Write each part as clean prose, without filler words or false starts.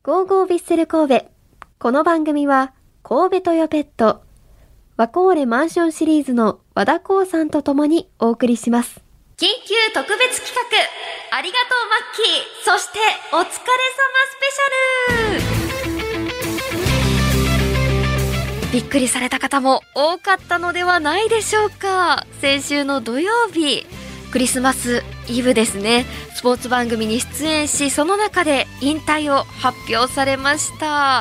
ゴーゴービッセル神戸。この番組は神戸トヨペット、ワコーレマンションシリーズの和田光さんと共にお送りします。 緊急特別企画、ありがとうマッキー、そしてお疲れ様スペシャル。びっくりされた方も多かったのではないでしょうか。先週の土曜日、クリスマスイブですね、スポーツ番組に出演し、その中で引退を発表されました。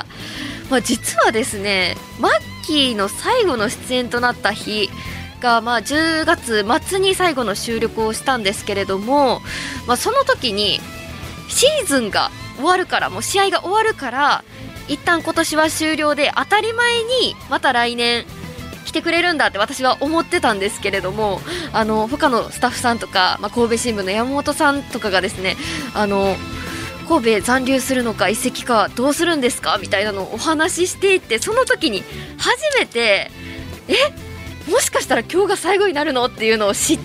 実はですね、マッキーの最後の出演となった日が、10月末に最後の収録をしたんですけれども、その時にシーズンが終わるから、もう試合が終わるから一旦今年は終了で、当たり前にまた来年来てくれるんだって私は思ってたんですけれども、他のスタッフさんとか、神戸新聞の山本さんとかがですね、神戸残留するのか移籍かどうするんですかみたいなのをお話ししていて、その時に初めてもしかしたら今日が最後になるのっていうのを知って、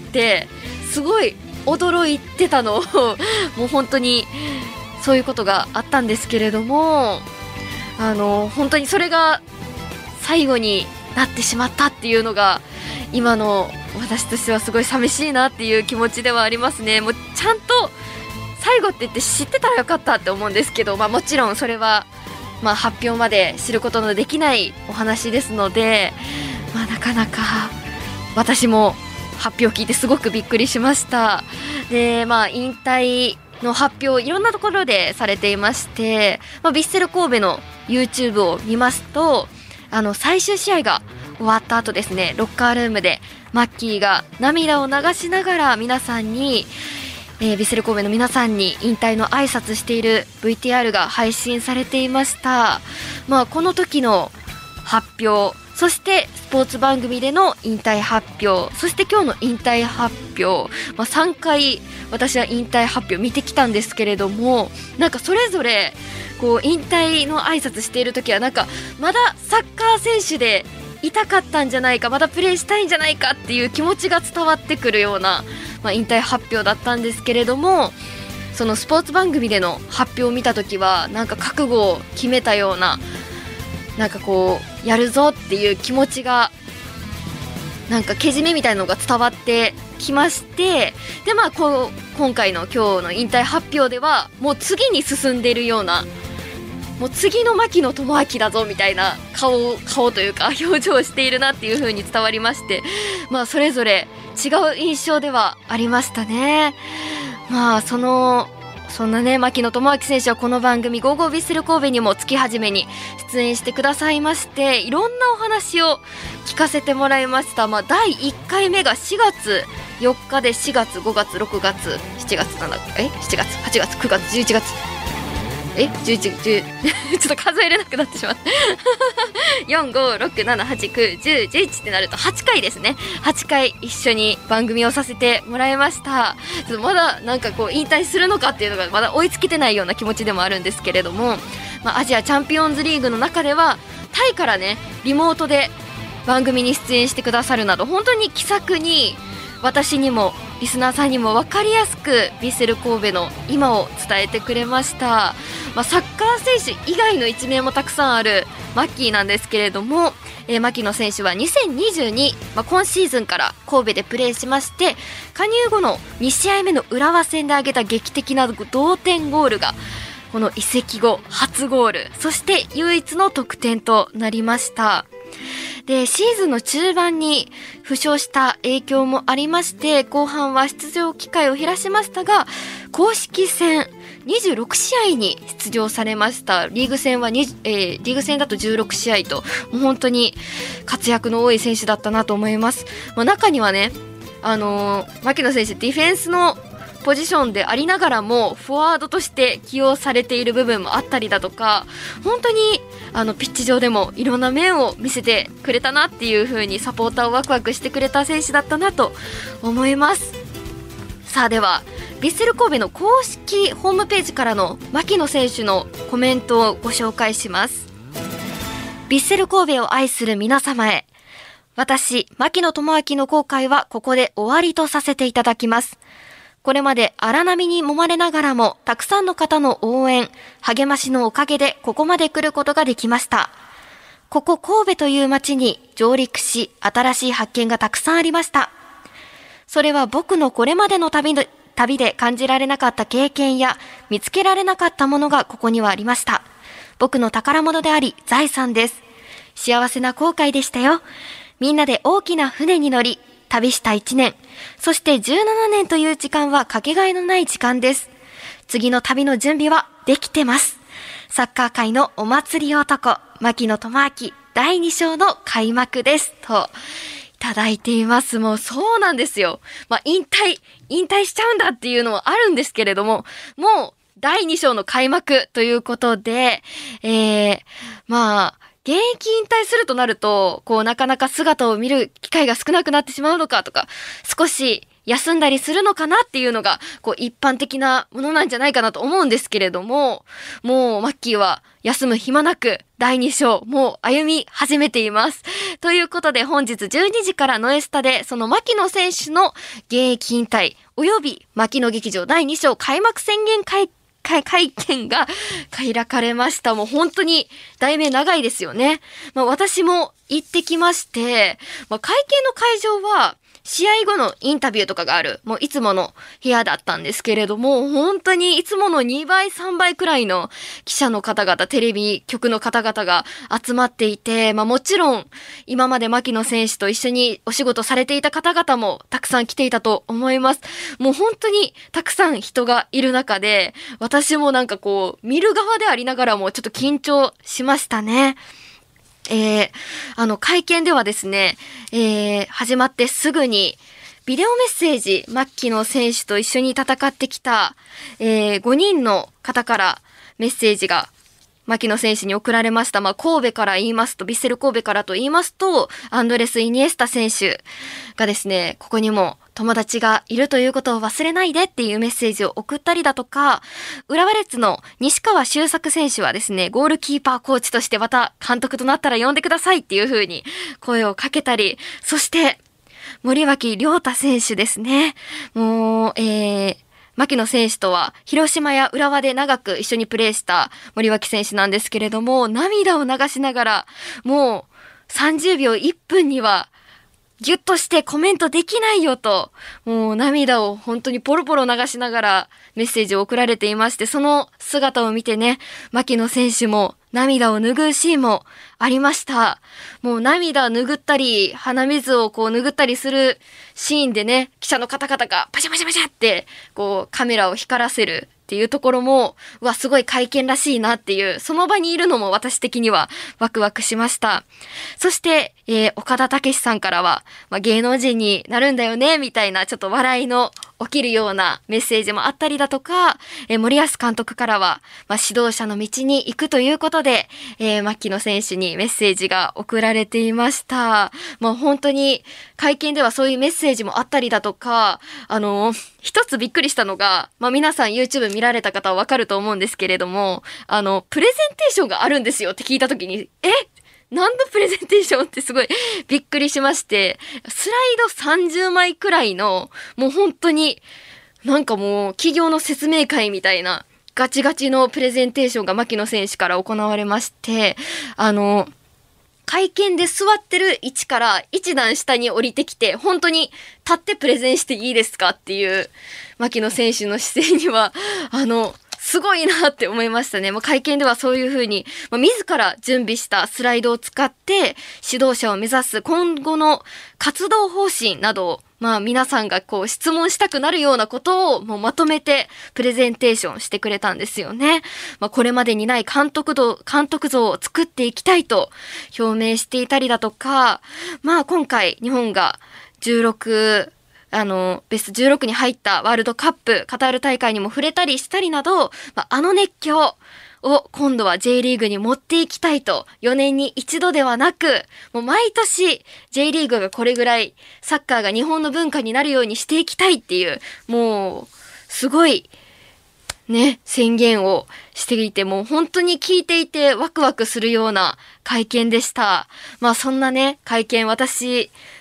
すごい驚いてたのをもう本当にそういうことがあったんですけれども、本当にそれが最後になってしまったっていうのが今の私としてはすごい寂しいなっていう気持ちではありますね。もうちゃんと最後って言って知ってたらよかったって思うんですけど、もちろんそれは発表まで知ることのできないお話ですので、なかなか私も発表を聞いてすごくびっくりしました。で、引退の発表いろんなところでされていまして、ヴィッセル神戸の YouTube を見ますと、最終試合が終わった後ですね、ロッカールームでマッキーが涙を流しながら皆さんに、ヴィッセル神戸の皆さんに引退の挨拶している VTR が配信されていました。この時の発表、そしてスポーツ番組での引退発表、そして今日の引退発表、3回私は引退発表見てきたんですけれども、それぞれ引退の挨拶している時はまだサッカー選手でいたかったんじゃないか、まだプレーしたいんじゃないかっていう気持ちが伝わってくるような、引退発表だったんですけれども、そのスポーツ番組での発表を見た時は覚悟を決めたような、やるぞっていう気持ちがけじめみたいなのが伝わってきまして、で今回の今日の引退発表ではもう次に進んでいるような、もう次の牧野智章だぞみたいな顔というか表情をしているなっていう風に伝わりまして、それぞれ違う印象ではありましたね。そんなね、牧野智章選手はこの番組ゴーゴービッセル神戸にも月初めに出演してくださいまして、いろんなお話を聞かせてもらいました。第1回目が4月4日で、4月5月6月7月7月8月9月11月11ちょっと数えれなくなってしまった4、5、6、7、8、9、10、11ってなると8回ですね。8回一緒に番組をさせてもらいました。ちょっとまだ引退するのかっていうのがまだ追いつけてないような気持ちでもあるんですけれども、アジアチャンピオンズリーグの中ではタイからね、リモートで番組に出演してくださるなど、本当に気さくに私にもリスナーさんにも分かりやすくヴィッセル神戸の今を伝えてくれました。サッカー選手以外の一面もたくさんあるマッキーなんですけれども、牧野選手は2022、今シーズンから神戸でプレーしまして、加入後の2試合目の浦和戦で挙げた劇的な同点ゴールがこの移籍後初ゴール、そして唯一の得点となりました。で、シーズンの中盤に負傷した影響もありまして、後半は出場機会を減らしましたが、公式戦26試合に出場されました。リーグ戦だと16試合と、もう本当に活躍の多い選手だったなと思います。中にはね、牧野選手ディフェンスのポジションでありながらもフォワードとして起用されている部分もあったりだとか、本当にピッチ上でもいろんな面を見せてくれたなっていう風にサポーターをワクワクしてくれた選手だったなと思います。さあ、ではヴィッセル神戸の公式ホームページからの牧野選手のコメントをご紹介します。ヴィッセル神戸を愛する皆様へ、私牧野智章の後悔はここで終わりとさせていただきます。 これまで荒波に揉まれながらも、たくさんの方の応援、励ましのおかげでここまで来ることができました。ここ神戸という街に上陸し、新しい発見がたくさんありました。それは僕のこれまでの旅で感じられなかった経験や見つけられなかったものがここにはありました。僕の宝物であり財産です。幸せな航海でしたよ。みんなで大きな船に乗り、旅した1年、そして17年という時間はかけがえのない時間です。次の旅の準備はできてます。サッカー界のお祭り男、牧野智章第2章の開幕です。と、いただいています。もうそうなんですよ。引退しちゃうんだっていうのはあるんですけれども、もう第2章の開幕ということで、現役引退するとなると、なかなか姿を見る機会が少なくなってしまうのかとか、少し休んだりするのかなっていうのが、一般的なものなんじゃないかなと思うんですけれども、もうマッキーは休む暇なく第2章もう歩み始めています。ということで本日12時からノエスタでその牧野選手の現役引退及び牧野劇場第2章開幕宣言会見が開かれました。もう本当に題名長いですよね。私も行ってきまして、会見の会場は試合後のインタビューとかがある、もういつもの部屋だったんですけれども、本当にいつもの2倍、3倍くらいの記者の方々、テレビ局の方々が集まっていて、もちろん今まで牧野選手と一緒にお仕事されていた方々もたくさん来ていたと思います。もう本当にたくさん人がいる中で、私も見る側でありながらもちょっと緊張しましたね。会見ではですね、始まってすぐにビデオメッセージ、牧野選手と一緒に戦ってきた、5人の方からメッセージが牧野選手に送られました。神戸から言いますと、ヴィッセル神戸からと言いますと、アンドレス・イニエスタ選手がですね、ここにも友達がいるということを忘れないでっていうメッセージを送ったりだとか、浦和レッズの西川周作選手はですね、ゴールキーパーコーチとしてまた監督となったら呼んでくださいっていう風に声をかけたり、そして森脇亮太選手ですね。もう、牧野選手とは広島や浦和で長く一緒にプレーした森脇選手なんですけれども、涙を流しながらもう30秒1分にはギュッとしてコメントできないよと、もう涙を本当にポロポロ流しながらメッセージを送られていまして、その姿を見てね、牧野選手も涙を拭うシーンもありました。もう涙拭ったり、鼻水を拭ったりするシーンでね、記者の方々がパシャパシャパシャってカメラを光らせるっていうところも、すごい会見らしいなっていう、その場にいるのも私的にはワクワクしました。そして、岡田武史さんからは、芸能人になるんだよね、みたいなちょっと笑いの起きるようなメッセージもあったりだとか、森保監督からは、指導者の道に行くということで、牧野選手にメッセージが送られていました。本当に会見ではそういうメッセージもあったりだとか、一つびっくりしたのが、皆さん YouTube 見られた方はわかると思うんですけれども、プレゼンテーションがあるんですよって聞いたときに、何のプレゼンテーションってすごいびっくりしまして、スライド30枚くらいの、もう本当にもう企業の説明会みたいなガチガチのプレゼンテーションが牧野選手から行われまして、会見で座ってる位置から一段下に降りてきて、本当に立ってプレゼンしていいですかっていう牧野選手の姿勢には、すごいなって思いましたね。会見ではそういう風に、自ら準備したスライドを使って指導者を目指す今後の活動方針などを、皆さんが質問したくなるようなことをまとめてプレゼンテーションしてくれたんですよね。これまでにない監督像を作っていきたいと表明していたりだとか、今回日本がベスト16に入ったワールドカップ、カタール大会にも触れたりしたりなど、熱狂を今度は J リーグに持っていきたいと、4年に一度ではなく、もう毎年 J リーグがこれぐらいサッカーが日本の文化になるようにしていきたいっていう、もうすごいね、宣言をしていて、もう本当に聞いていてワクワクするような会見でした。そんなね、会見私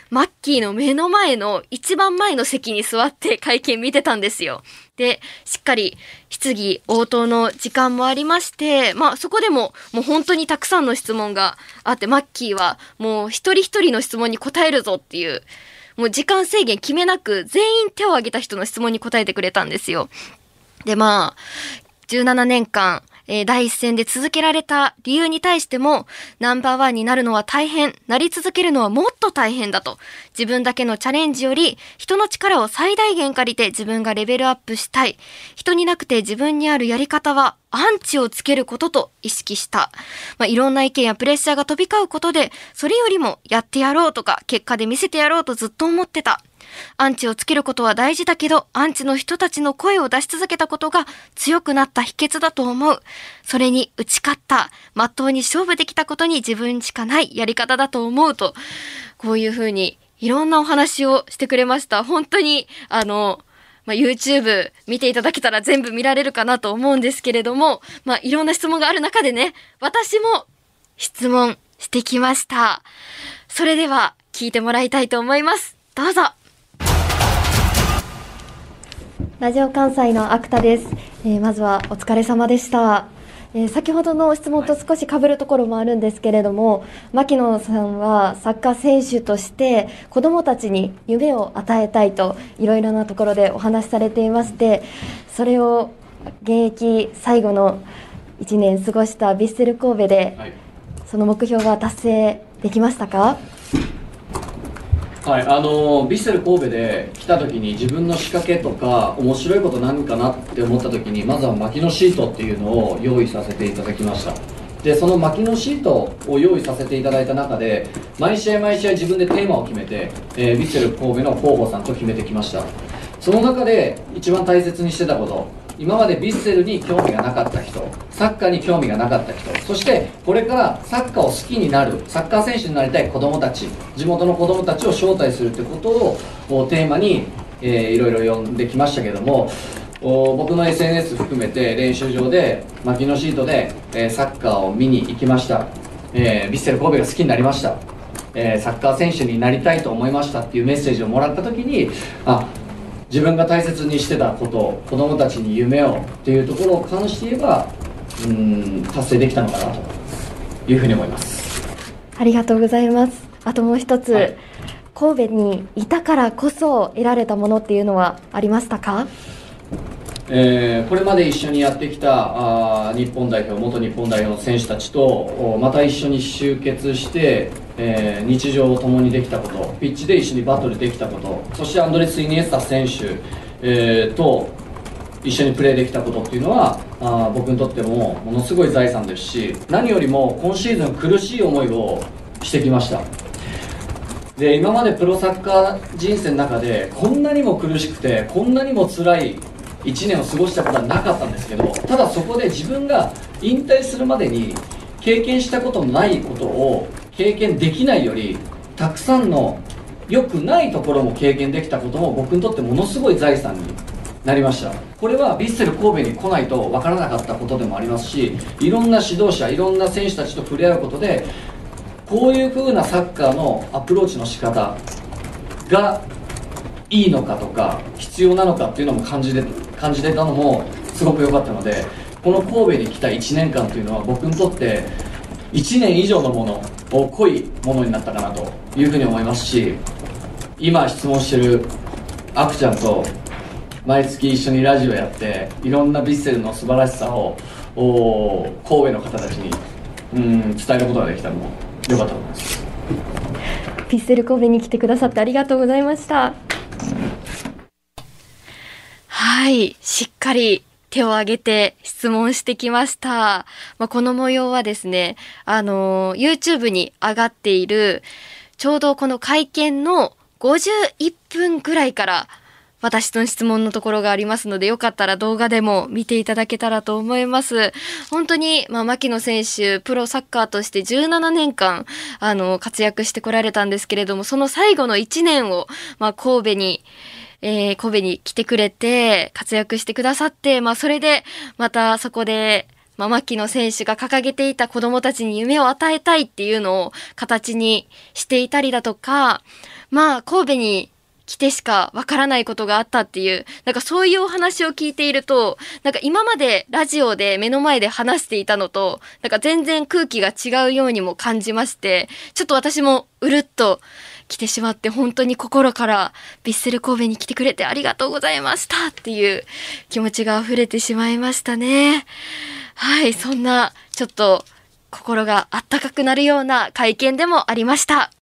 マッキーの目の前の一番前の席に座って会見見てたんですよ。で、しっかり質疑応答の時間もありまして、そこでももう本当にたくさんの質問があって、マッキーはもう一人一人の質問に答えるぞっていう、もう時間制限決めなく全員手を挙げた人の質問に答えてくれたんですよ。で、17年間、第一線で続けられた理由に対しても、ナンバーワンになるのは大変、なり続けるのはもっと大変だと。自分だけのチャレンジより、人の力を最大限借りて自分がレベルアップしたい。人になくて自分にあるやり方は、アンチをつけることと意識した。いろんな意見やプレッシャーが飛び交うことで、それよりもやってやろうとか、結果で見せてやろうとずっと思ってた。アンチをつけることは大事だけど、アンチの人たちの声を出し続けたことが強くなった秘訣だと思う。それに打ち勝った、まっとうに勝負できたことに自分しかないやり方だと思うと、こういうふうにいろんなお話をしてくれました。本当に、YouTube 見ていただけたら全部見られるかなと思うんですけれども、いろんな質問がある中でね、私も質問してきました。それでは聞いてもらいたいと思います。どうぞ。 ラジオ関西のアクタです。まずはお疲れ様でした。先ほどの質問と少し被るところもあるんですけれども、牧野さんはサッカー選手として子どもたちに夢を与えたいといろいろなところでお話しされていまして、それを現役最後の1年過ごしたヴィッセル神戸で、その目標は達成できましたか？ はい、ヴィッセル神戸で来た時に自分の仕掛けとか面白いこと何かなって思った時に、まずは牧野シートっていうのを用意させていただきました。でその牧野シートを用意させていただいた中で、毎試合毎試合自分でテーマを決めて、ヴィッセル神戸の広報さんと決めてきました。その中で一番大切にしてたこと、今までヴィッセルに興味がなかった人、サッカーに興味がなかった人、そしてこれからサッカーを好きになる、サッカー選手になりたい子どもたち、地元の子どもたちを招待するということをテーマに、いろいろ呼んできましたけども、僕の SNS 含めて練習場で牧野シートで、サッカーを見に行きました。ヴィッセル神戸が好きになりました。サッカー選手になりたいと思いましたっていうメッセージをもらった時に、自分が大切にしてたこと、子どもたちに夢をっていうところを関して言えば、達成できたのかなというふうに思います。 ありがとうございます。あともう一つ、神戸にいたからこそ得られたものっていうのはありましたか？ これまで一緒にやってきた日本代表、元日本代表の選手たちとまた一緒に集結して、日常を共にできたこと、ピッチで一緒にバトルできたこと、そしてアンドレス・イニエスタ選手、と一緒にプレーできたことっていうのは僕にとってもものすごい財産ですし、何よりも今シーズン苦しい思いをしてきました。で今までプロサッカー人生の中でこんなにも苦しくてこんなにも辛い1年を過ごしたことはなかったんですけど、ただそこで自分が引退するまでに経験したことのないことを経験できないより、たくさんの良くないところも経験できたことも僕にとってものすごい財産になりました。これはヴィッセル神戸に来ないと分からなかったことでもありますし、いろんな指導者、いろんな選手たちと触れ合うことで、こういう風なサッカーのアプローチの仕方がいいのかとか必要なのかっていうのも感じてたのもすごく良かったので、この神戸に来た1年間というのは僕にとって1年以上のものを濃いものになったかなというふうに思いますし、今質問してるアクちゃんと毎月一緒にラジオやっていろんなヴィッセルの素晴らしさを神戸の方たちに伝えることができたのも良かったと思います。 ヴィッセル神戸に来てくださってありがとうございました。 はい、しっかり手を挙げて質問してきました。この模様はですね、YouTube に上がっているちょうどこの会見の51分くらいから私の質問のところがありますので、よかったら動画でも見ていただけたらと思います。本当に、牧野選手、プロサッカーとして17年間、活躍してこられたんですけれども、その最後の1年を、神戸に来てくれて、活躍してくださって、それで、またそこで、 牧野選手が掲げていた子供たちに夢を与えたいっていうのを形にしていたりだとか、神戸に来てしかわからないことがあったっていう、なんかそういうお話を聞いていると、なんか今までラジオで目の前で話していたのと、なんか全然空気が違うようにも感じまして、ちょっと私もうるっと来てしまって、本当に心からヴィッセル神戸に来てくれてありがとうございましたっていう気持ちが溢れてしまいましたね。はい、そんなちょっと心があったかくなるような会見でもありました。